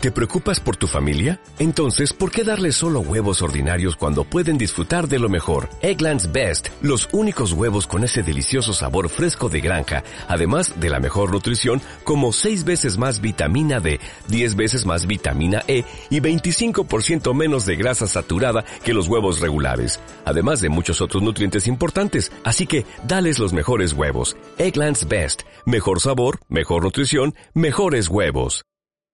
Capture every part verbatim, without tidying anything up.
¿Te preocupas por tu familia? Entonces, ¿por qué darles solo huevos ordinarios cuando pueden disfrutar de lo mejor? Eggland's Best, los únicos huevos con ese delicioso sabor fresco de granja, además de la mejor nutrición, como seis veces más vitamina D, diez veces más vitamina E y veinticinco por ciento menos de grasa saturada que los huevos regulares, además de muchos otros nutrientes importantes. Así que, dales los mejores huevos. Eggland's Best, mejor sabor, mejor nutrición, mejores huevos.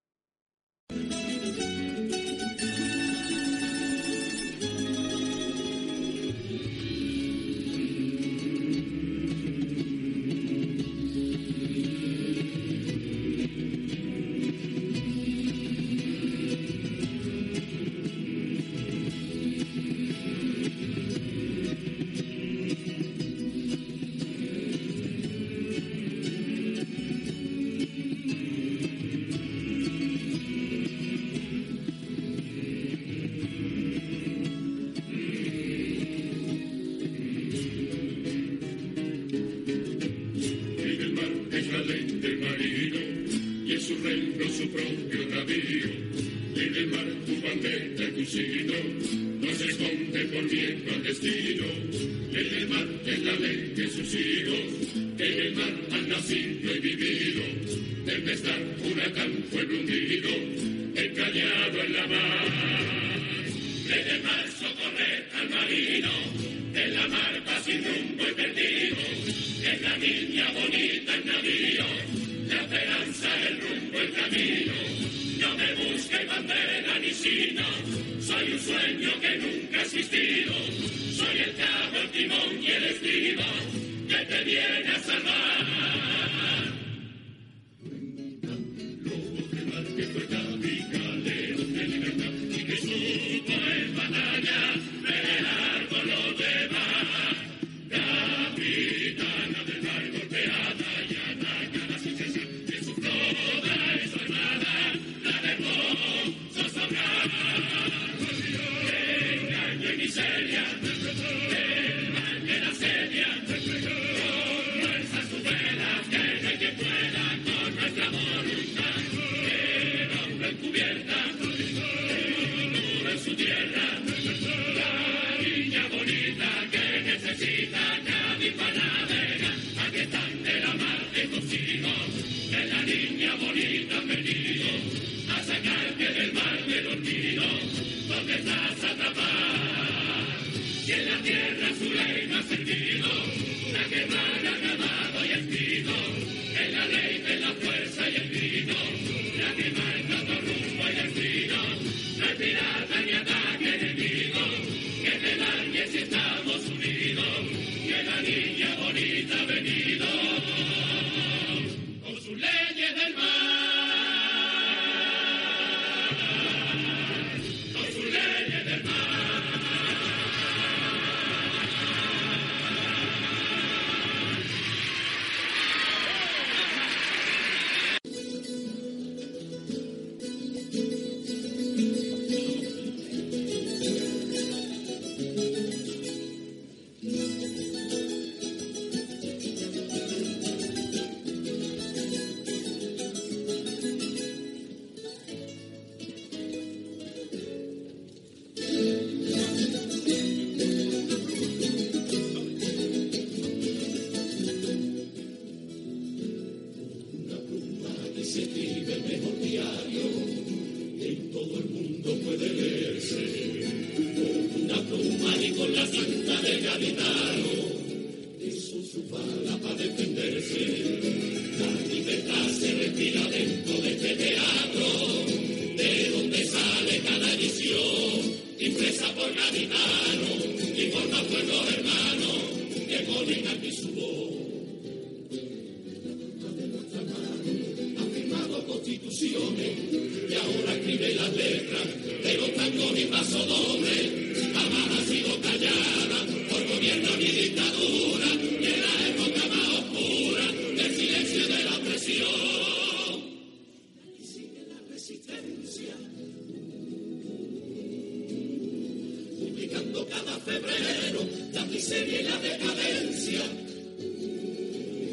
Cada febrero, la miseria y la decadencia.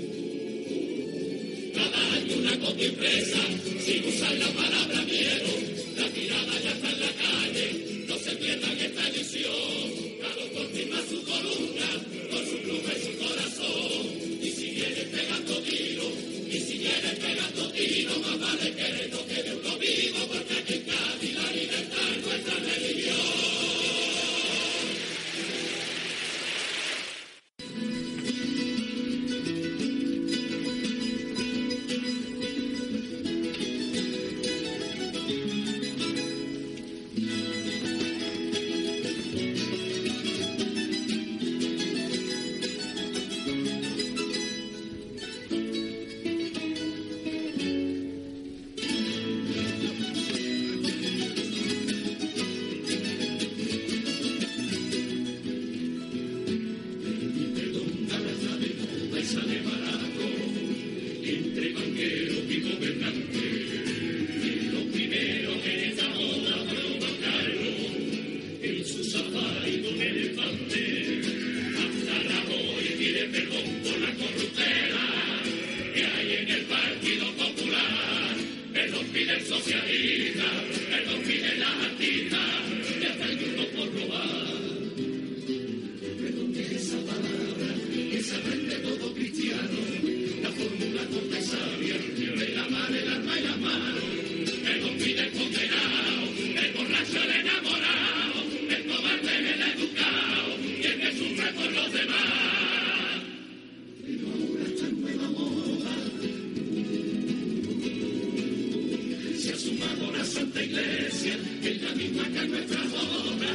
Cada año una copia impresa, sin usar la palabra miedo. Santa Iglesia, que es la misma que en nuestra boda.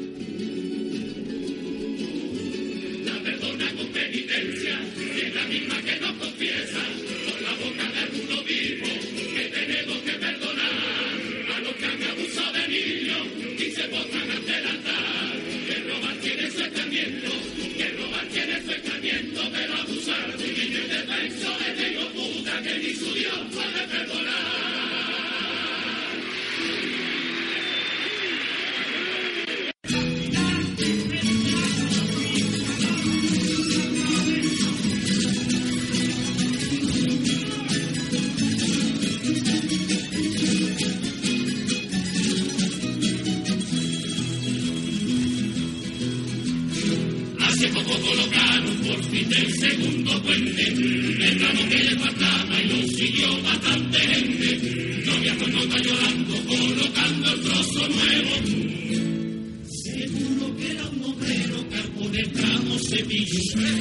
La perdona con penitencia, que es la misma que nos confiesa, por la boca de alguno vivo, que tenemos que perdonar a los que han abusado de niños y se postran ante el altar. Que robar tiene su escarmiento, que robar tiene su escarmiento, pero abusar de un niño indefenso es de hijo puta que ni su Dios puede perdonar. Hace poco colocaron por fin el segundo puente, el tramo que le faltaba y lo siguió bastante gente. Novia con nota llorando, colocando el trozo nuevo. Seguro que era un obrero, carbón el tramo Cepillo.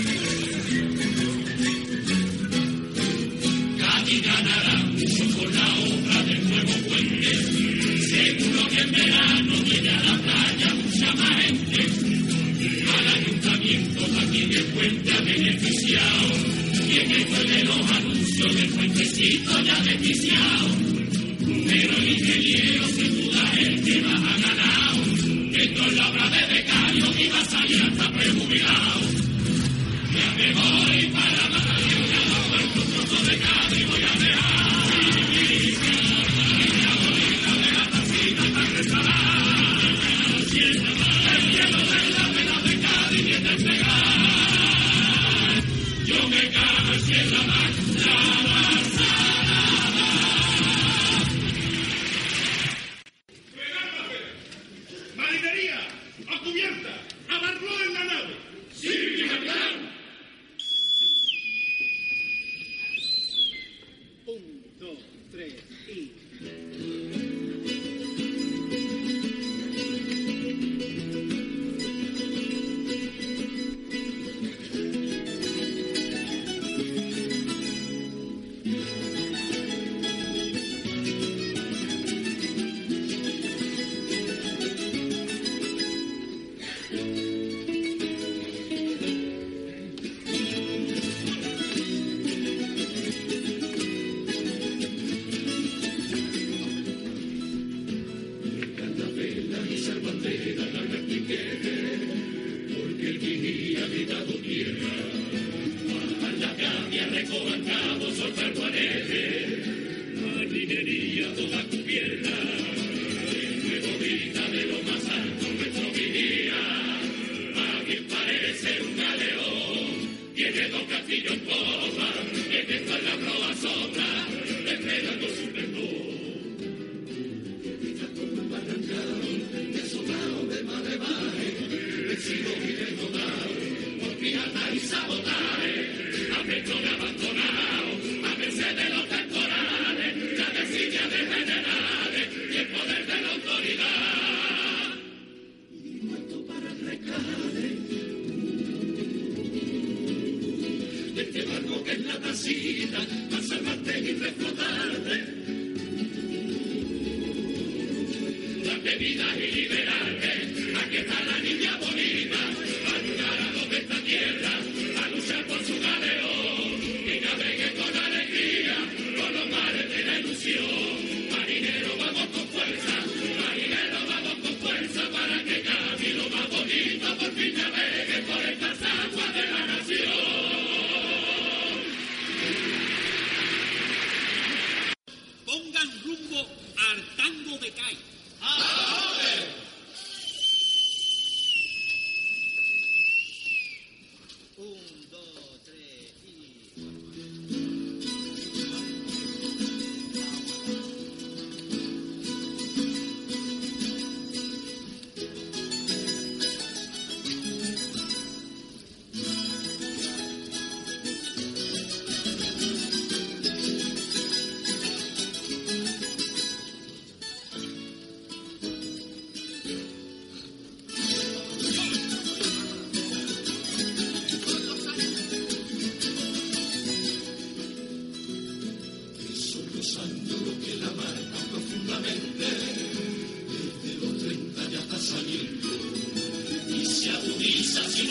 Cádiz ganará mucho con la obra del nuevo puente. Seguro que en verano viene a la playa mucha más gente. Al ayuntamiento también el puente ha beneficiado, y en esto de los anuncios del puentecito ya beneficiado. Pero el ingeniero sin duda es el que más ha ganado, esto es la obra de becario y va a salir hasta prejubilado. Ya me voy para Madrid, ya no vuelto un trozo de carne y voy a dejar mi la bolita de la tacita para restaurar. El cielo de la vela de Cádiz viene a entregar. Yo me cago en Sierra Mar, la Barcelona. Marinería, a cubierta, a barro en la nave. Sí, mi capitán. Un, dos, tres y... Porque el vigía ha gritado tierra, a la que había recobancado soltar guanete, marinería toda cubierta, el nuevo grita de lo más alto nuestro vigía, a quien parece un galeón, tiene dos castillos en popa, que está en la proa sombra, esperando su perdón. Vencido y desnudado, por pirata y sabotaje, a petróleo abandonado, a merced de los temporales, la desidia de generales y el poder de la autoridad. Y muerto para el rescate de este barco que es la tacita, para salvarte y reflotarte, darte vida y liberarte. Aquí está la niña bonita, a ayudar a los de esta tierra, a luchar por su galeón, y navegue con alegría, con los mares de la ilusión. Marinero, vamos con fuerza, marinero, vamos con fuerza, para que Cádiz, lo más bonito, por fin navegue por estas aguas de la nación. Pongan rumbo al tango de Cádiz. Un, dos, tres y...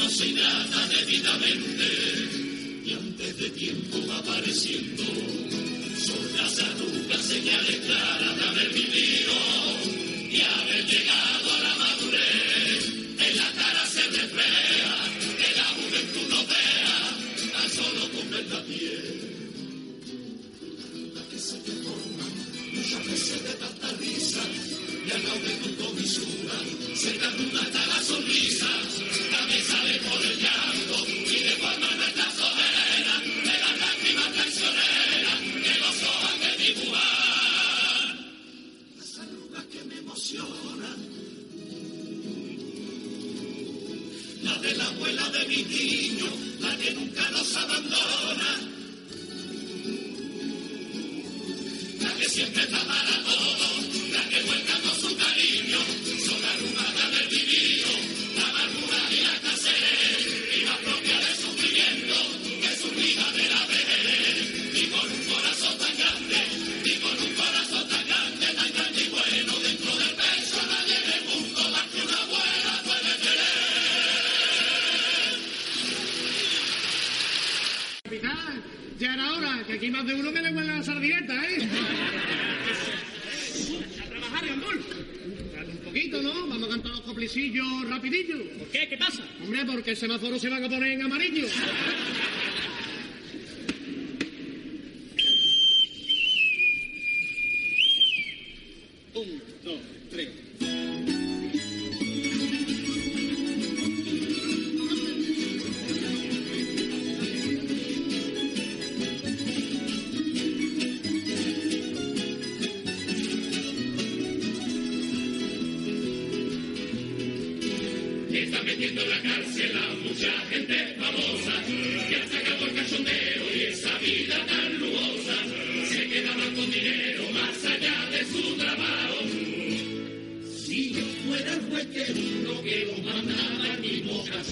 no se hidrata debidamente y antes de tiempo va apareciendo. Son las arrugas señales claras de haber vivido y haber llegado a la madurez. En la cara se refleja que la juventud no vea, tan solo con ver la piel. La que se deforma muchas veces de tanta risa y al lado de tu comisura se desnuda hasta la sonrisa. También sale por el llanto y deforma nuestra soberana de las lágrimas traicioneras que los ojos han de dibujar. Las arrugas que me emocionan, la de la abuela de mi niño, la que nunca nos abandona, la que siempre está para todos, la que vuelca con su cariño, son arrugas de haber vivido, la amargura y la escasez, y la propia del sufrimiento, que su vida de la vejez, y con un corazón tan grande, y con un corazón tan grande, tan grande y bueno, dentro del pecho a nadie en el mundo más que una abuela puede querer. Capitán, ya era hora, que aquí más de uno me le huele la sardineta, ¿eh? A trabajar, Gandul. Un poquito, ¿no? Vamos a cantar los coplicillos rapidillo. ¿Por qué? ¿Qué pasa? Hombre, porque el semáforo se va a poner en amarillo. Un, dos, tres. Está metiendo en la cárcel a mucha gente famosa que ha sacado el cachondeo y esa vida tan lujosa. Se quedaban con dinero más allá de su trabajo. Si yo fuera el juez que uno que lo mandaba en mi boca.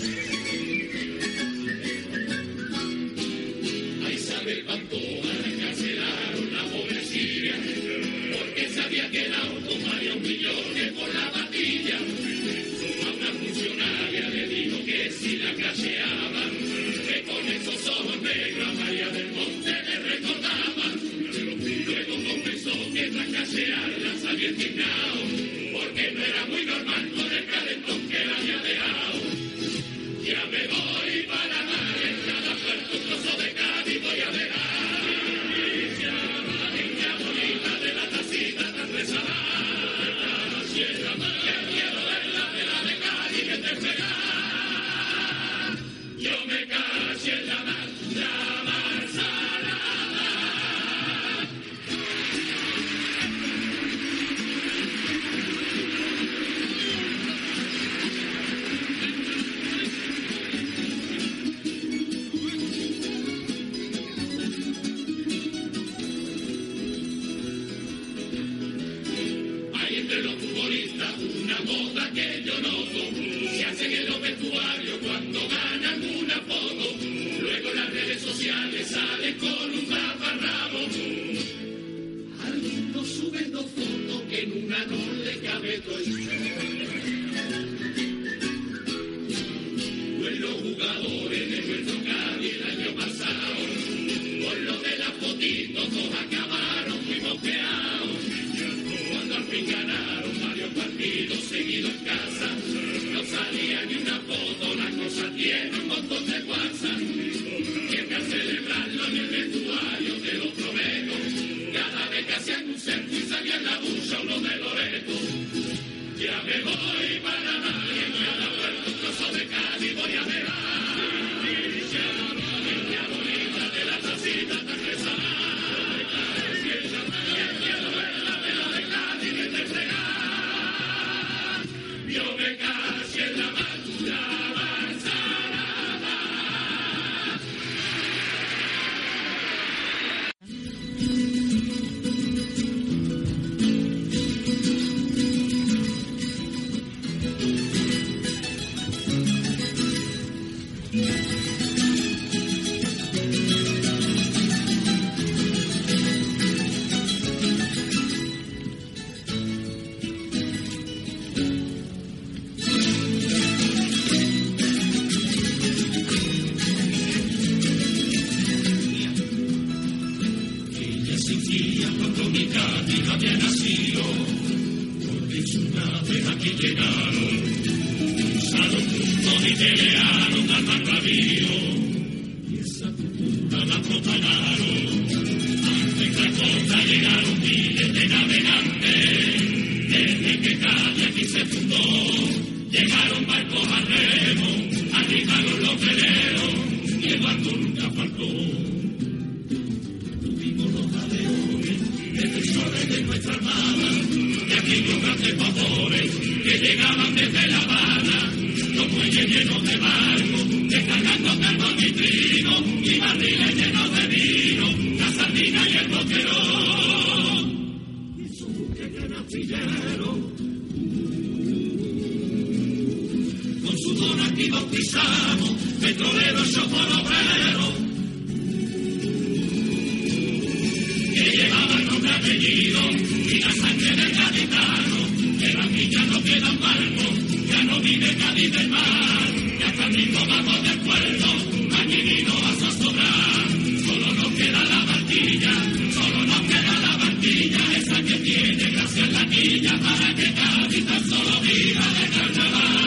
Ahí sabe cuánto encarcelaron la pobrecilla porque se había quedado con varios millones por la patilla. Funcionaria le dijo que si la cacheaban, que con esos ojos negros a María del Monte le recordaban. Luego confesó que tras cachearla se había indignado, porque no era muy normal con el calentón que la había dejado. Ya me voy para mar, en cada puerto un trozo de Cádiz voy a dejar. Niña bonita de la tacita tan resalada, Sierra Madre, quiero verla de la de Cádiz que te pega. Yo me caché en la mar, la mar salada. Hay entre los futbolistas una moda que yo noto, se hacen en los vestuarios cuando ganan una foto, luego en las redes sociales salen con un taparrabo. Algunos suben dos fotos que en una no le cabe todo. Pues los jugadores de nuestro Cádiz el año pasado, por lo de las fotitos todos acabaron muy mosqueados. Cuando al fin ganaron varios partidos seguidos en casa, no salía ni una foto, la cosa tiene un montón de WhatsApp. Siempre al celebrarlo en el vestuario te lo prometo, cada vez que hacían un selfie salía en la ducha uno de Loreto. Ya me voy para Panamá y en cada puerto un trozo de Cádiz voy a dejar. Niña bonita de la tacita tan resalada, quiero verla de la de Cádiz que te frega. Yo me caché en la mar, la mar salada. Una vez aquí llegaron, usaron puntos y pelearon al mar bravío, y esa cultura la propagaron. Antes la costa llegaron miles de navegantes, desde que Cádiz aquí se fundó, llegaron barcos a remo, arribaron los veleros, y el barco nunca faltó. Tuvimos los galeones, defensores de nuestra armada, de aquellos grandes vapores que llegaban desde La Habana, los muelles llenos de barcos, descargando carbón y trigo, y barriles llenos de vino, la sardina y el boquerón. Y esos buques gran astilleros, con sudor aquí bautizamos, petroleros, chofer obreros, que llevaban nombre, apellido y la sangre del gaditano, pero aquí ya no quedan barcos, ya no vive Cádiz del mar, ya hasta el mismo vamos del puerto, aquí vino vas a sobrar, solo nos queda la barquilla, solo nos queda la barquilla, esa que tiene gracia en la quilla, para que Cádiz tan solo viva de carnaval.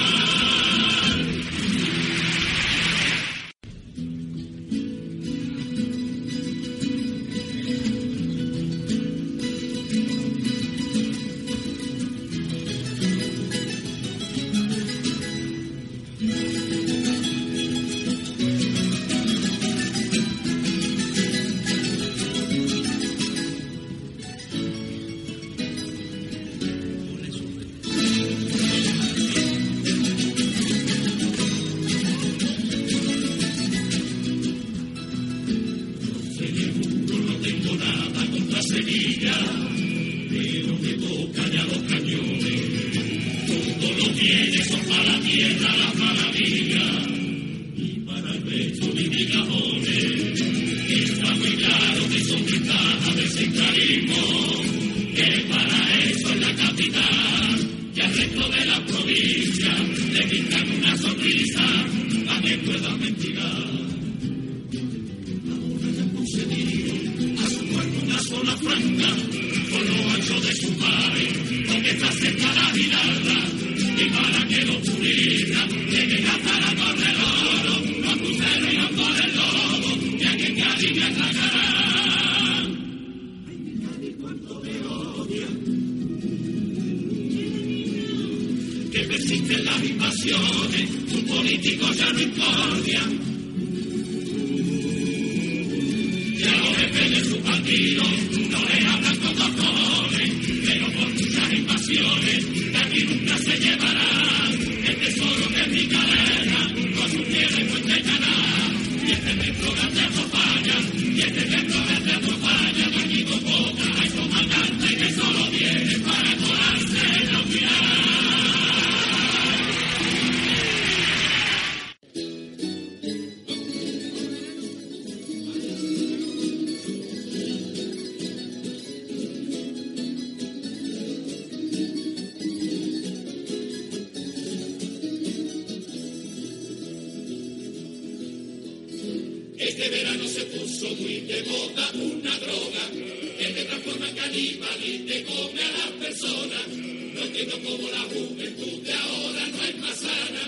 Este verano se puso muy de moda una droga que te transforma en caníbal y te come a las personas. No entiendo cómo la juventud de ahora no es más sana.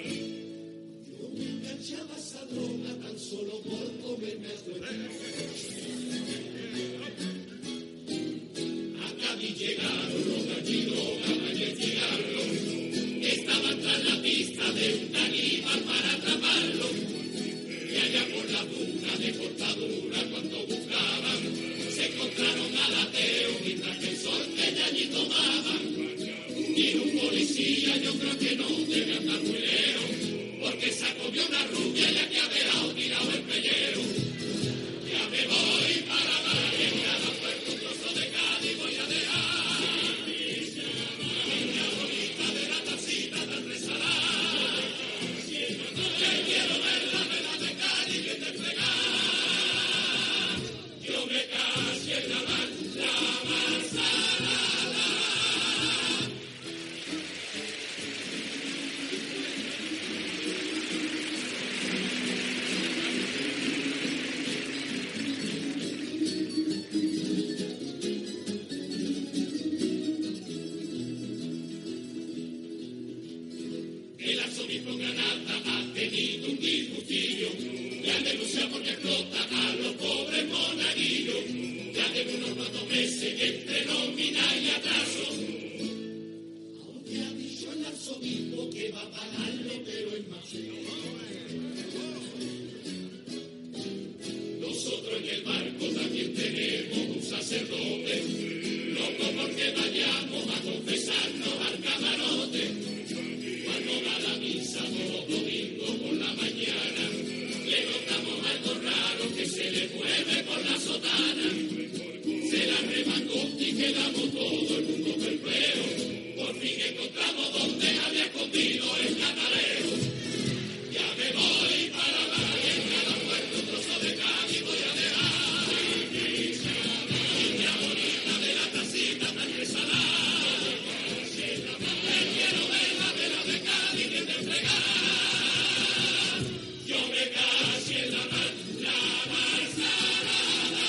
Yo me enganchaba a esa droga tan solo por comerme a tu A Cádiz llegaron los gallidrogas a investigarlo. Estaban tras la pista de un caníbal para atraparlo. Y allá por la duna de cortadura cuando buscaban, se encontraron al ateo mientras que el sol que de allí tomaban. Y un policía yo creo que no debe andar muy lejos, porque se acogió una rubia ya que ha dejado tirado el pellero. Ya me voy para Valle, cada puerto un trozo de Cádiz voy a dejar. Niña bonita de la tacita tan resalada, que quiero ver la vela de Cádiz bien desplegada. Yo me casi en la mar, la más salada. tipo Granada ha tenido un disgustillo, ya denuncia porque explota a los pobres monaguillos, ya de unos cuantos meses entre nómina y atraso. Aunque ha dicho el arzobispo que va a pagarlo, pero es más. Nosotros en el barco también tenemos un sacerdote, loco porque vayamos a confesarnos al camarote. Cuando va la misa todos los domingos por la mañana, le notamos algo raro que se le mueve por la sotana. Se la remangó y quedamos todo el mundo perplejo. Por fin encontramos donde había escondido el cataleo. Ya me voy para la guerra, la muerte, un trozo de Cádiz voy a dejar. Niña bonita de la tacita tan resalada, me quiero ver la vela de Cádiz bien desplegada. Yo me casi en la mar, la mar salada.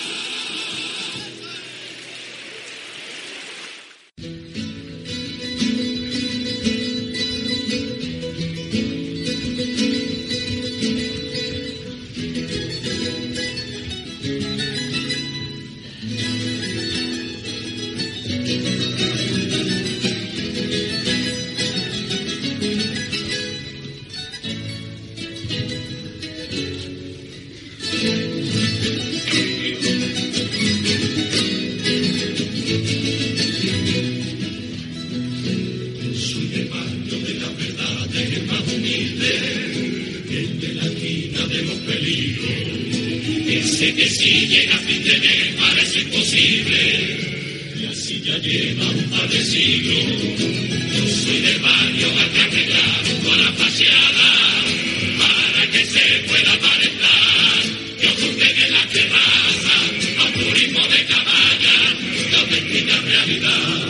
Soy del barrio de la verdad, el más humilde, el de la esquina de los peligros. Ese que si llega a fin de mes parece imposible, y así ya lleva un par de siglos. Yo soy del barrio al que arreglaron toda la fachada, para que se pueda aparentar que oculten en la terraza a un turismo de caballa, la auténtica realidad.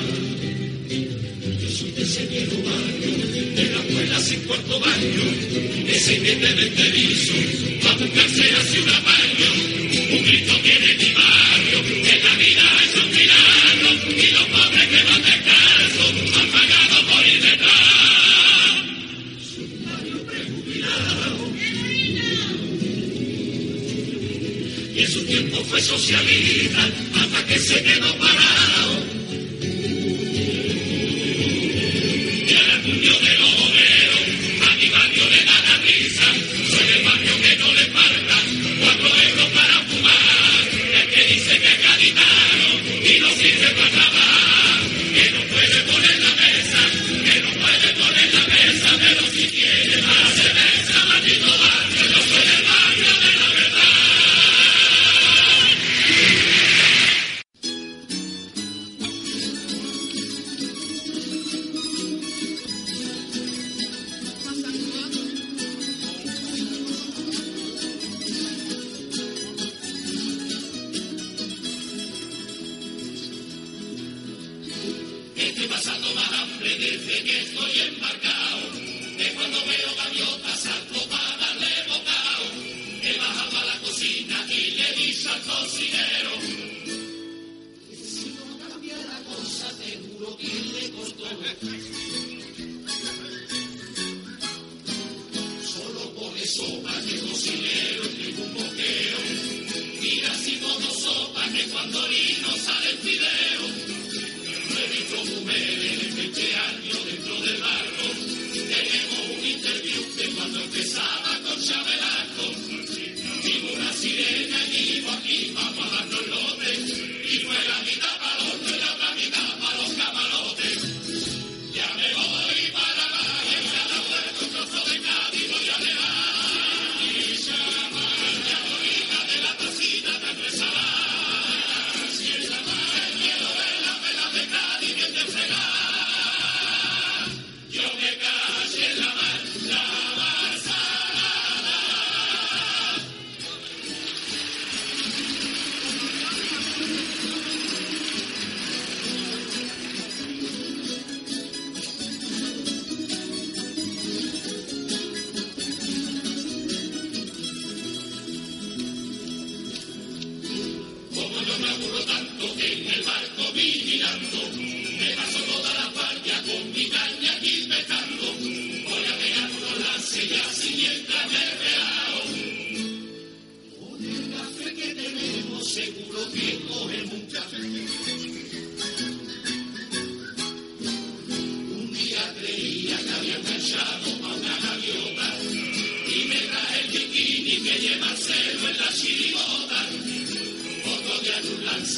Ese viejo barrio, de la escuela sin cuarto baño, ese que te enterizo, va a buscarse hacia un apaño. Un grito tiene mi barrio, que la vida es un milagro, y los pobres que van descalzos han pagado por ir detrás. Es un barrio prejubilado, y en su tiempo fue socialista, hasta que se quedó parado. Yo de los obreros, a mi barrio le da la risa, soy el barrio que no le falta cuatro euros para fumar, el que dice que es gaditano y no sirve para trabajar, que no puede poner la mesa, que no puede poner la mesa, pero si quiere la cerveza, maldito barrio, yo soy el barrio de la verdad. Estoy pasando más hambre desde que estoy embarcado, de cuando veo gaviotas salto para darle bocado, he bajado a la cocina y le dice al cocinero, si no cambia la cosa te juro que le costó. Solo pone sopa que el cocinero y un boqueo, mira si modo sopa que cuando orino sale el fideo. He visto mujeres de veinte años dentro del barco. Tenemos un interview de cuando empezaba con Chabelanco. Vimos una sirena y digo aquí vamos a darnos lotes. Y fue la mitad para los otros y la otra mitad para los camarotes. Ya me voy para la en cada puerto un trozo de Cádiz voy a dejar. Y llama la bonita de la tacita tan resalada.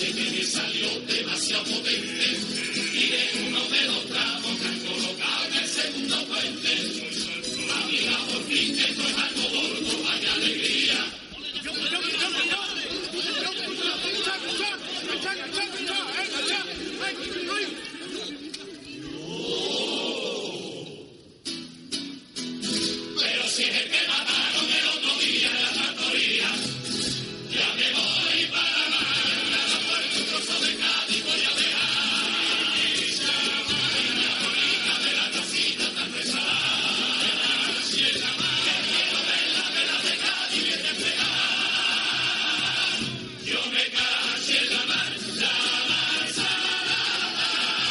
Ese nene salió demasiado potente y de uno de los tramos que han colocado en el segundo puente. Amiga, por fin, esto es algo gordo, vaya alegría. Pero si es el que mataron el otro día en la factoría, ya me voy para Málaga, por un trozo de Cádiz voy a dejar. La bonita de la tacita tan resalada, si es la mar, que quiero ver la vela de Cádiz bien desplegada. Yo me caché en la mar, la mar salada.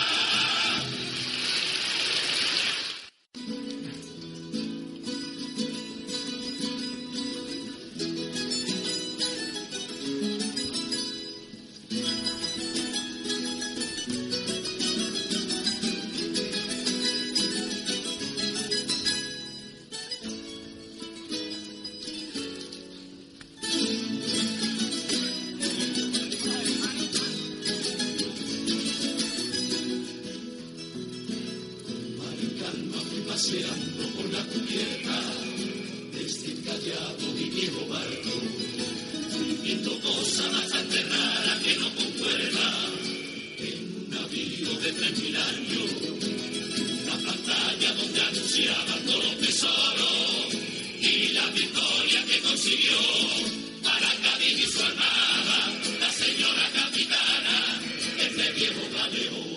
Paseando por la cubierta de este encallado y viejo barco, viendo cosas bastante raras que no concuerda en un navío de tres mil años, una pantalla donde anunciaban todos los tesoros y la victoria que consiguió para Cádiz y su armada la señora capitana, este viejo galeón.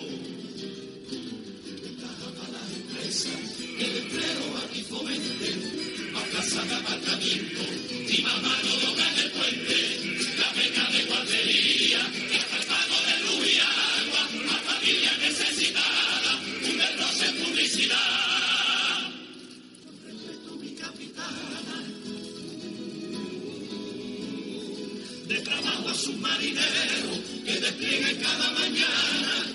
El empleo aquí fomente, a plaza de aparcamiento, y mamá no dobla en el puente, la beca de guardería, y hasta el pago de luz y agua, a familia necesitada, un derroche en publicidad. Respeto mi capitana, de trabajo a sus marineros, que desplieguen cada mañana.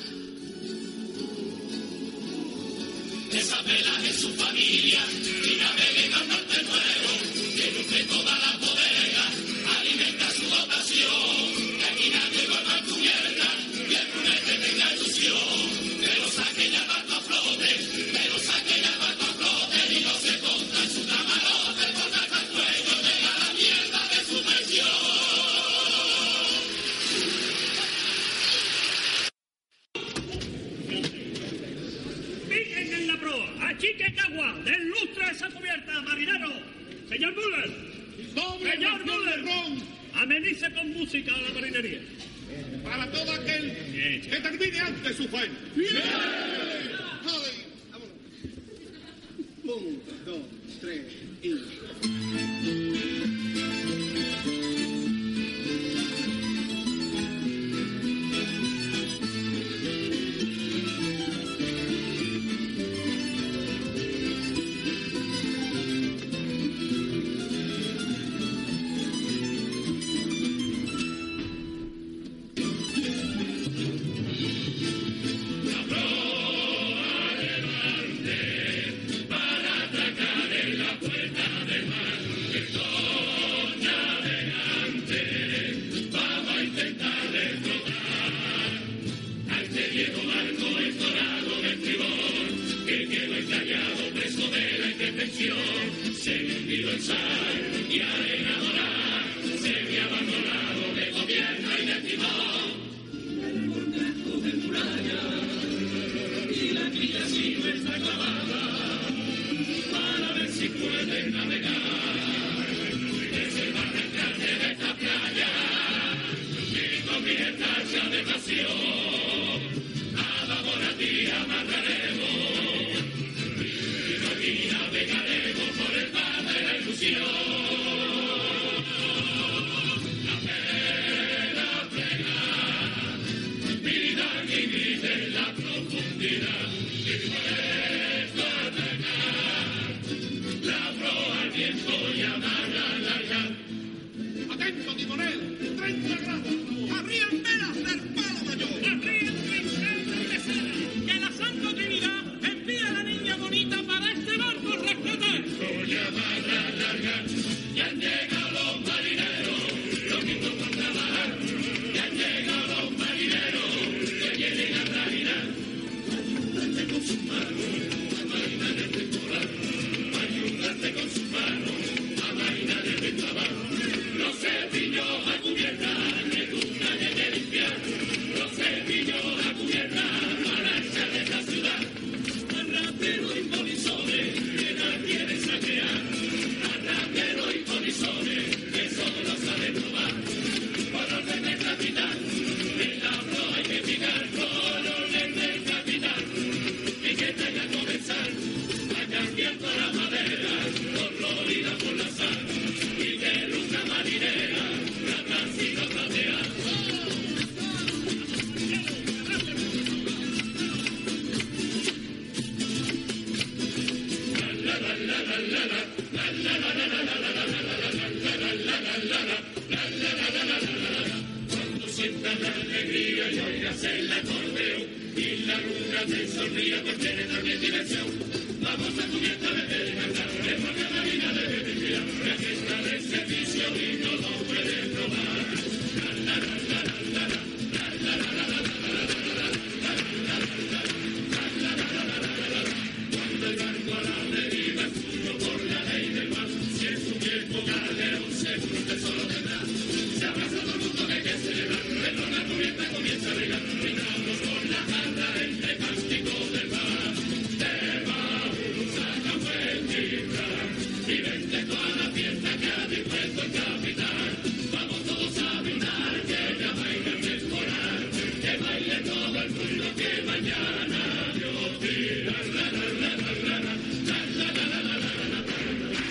Esa vela es su familia y naveguen al norte nuevo, que nutre todas las bodegas, alimenta su dotación, que aquí nadie duerma en cubierta y el prunete tenga ilusión, que lo saque ya barco a flote, que lo saque ya barco a flote y no se ponga en su camarote, porque hasta el cuello llega la mierda de su pensión. ¡Achique cagua! ¡Deslustra esa cubierta, marinero! ¡Señor Müller! ¡Señor Müller! Amenice con música a la marinería. Para todo aquel que termine antes su faena. Un, dos, tres y... Se me hundido en sal y arena dorada, se me ha abandonado de gobierno y de timón. El portazo de muralla y la quilla sí no está clavada, para ver si pueden navegar desde barrancarte de esta playa, que convierta ya de pasión, a la moratía amarraremos. Navegaremos por el mar de la ilusión. con sus manos, amainan el temporal, ayudarte con sus manos, amainan el vendaval. Los cepillos a cubierta, que tú nadie de limpiar, los cepillos a cubierta, para echar de esta ciudad. Rapero y polizones, que nadie quiere saquear, rapero y polizones, que solo saben robar. Por orden del capitán, en la flor hay que picar, por orden del capitán, y que traiga a comenzar, a cambiar toda la madera, corrolida por la sal, y de luna marinera, la transita platea. Cuando sientas la alegría y oigas el acordeón y la luna te sonría, pues tiene también diversión. Vamos a cubierta de beber y cantar, de porque marina debe vigilar, la fiesta de servicio y no lo pueden robar. Cuando el barco a la deriva es tuyo por la ley del mar, si es un viejo galeón seguro un tesoro tendrá. Se abraza todo el mundo que hay que celebrar, dentro de la cubierta comienza a brillar, brindamos con la jarra entre cánticos del bar. Te vamos a campetinar y vente toda la fiesta que ha dispuesto el capitán. Vamos todos a brindar, que ya baila el temporal, que baile todo el mundo, que mañana Dios dirá. La, la, la, la, la, la, la, la, la, la, la, la, la.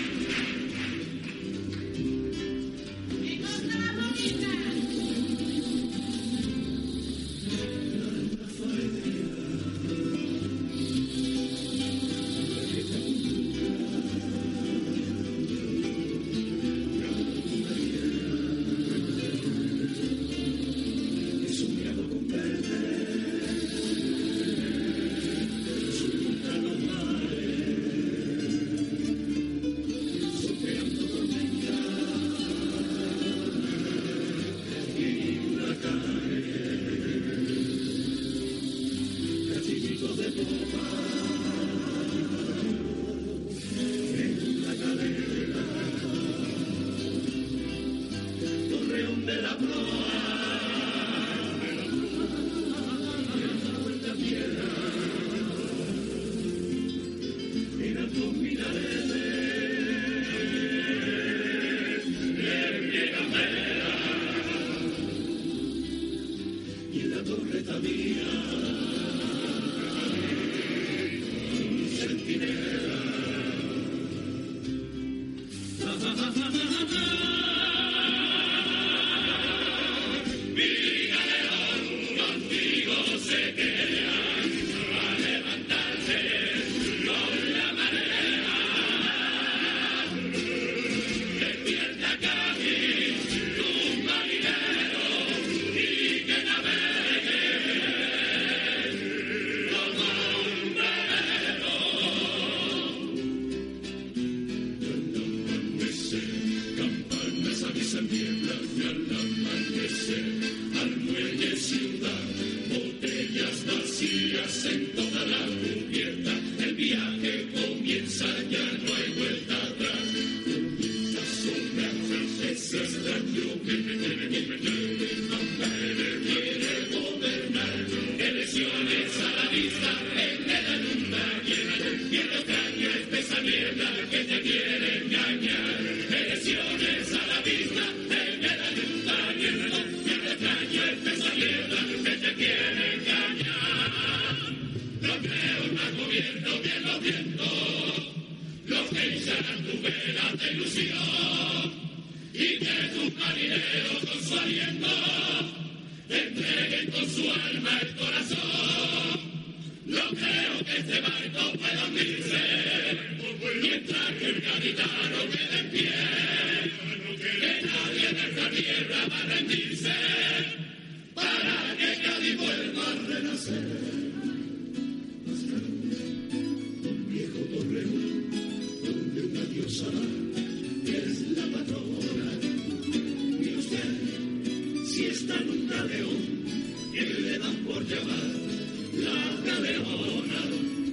Si está en un galeón, que le dan por llamar la galeona.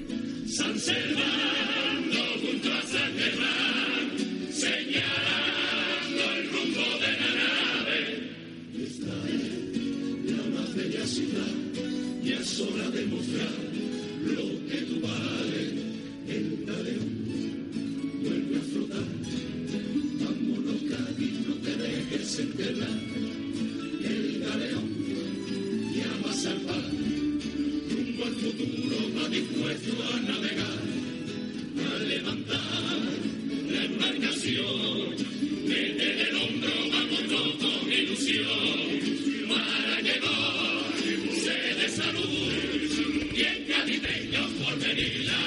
echó a navegar, a levantar la embarcación, mete el hombro, vamos con ilusión, para llevar sed de salud, y en Cádiz por venir la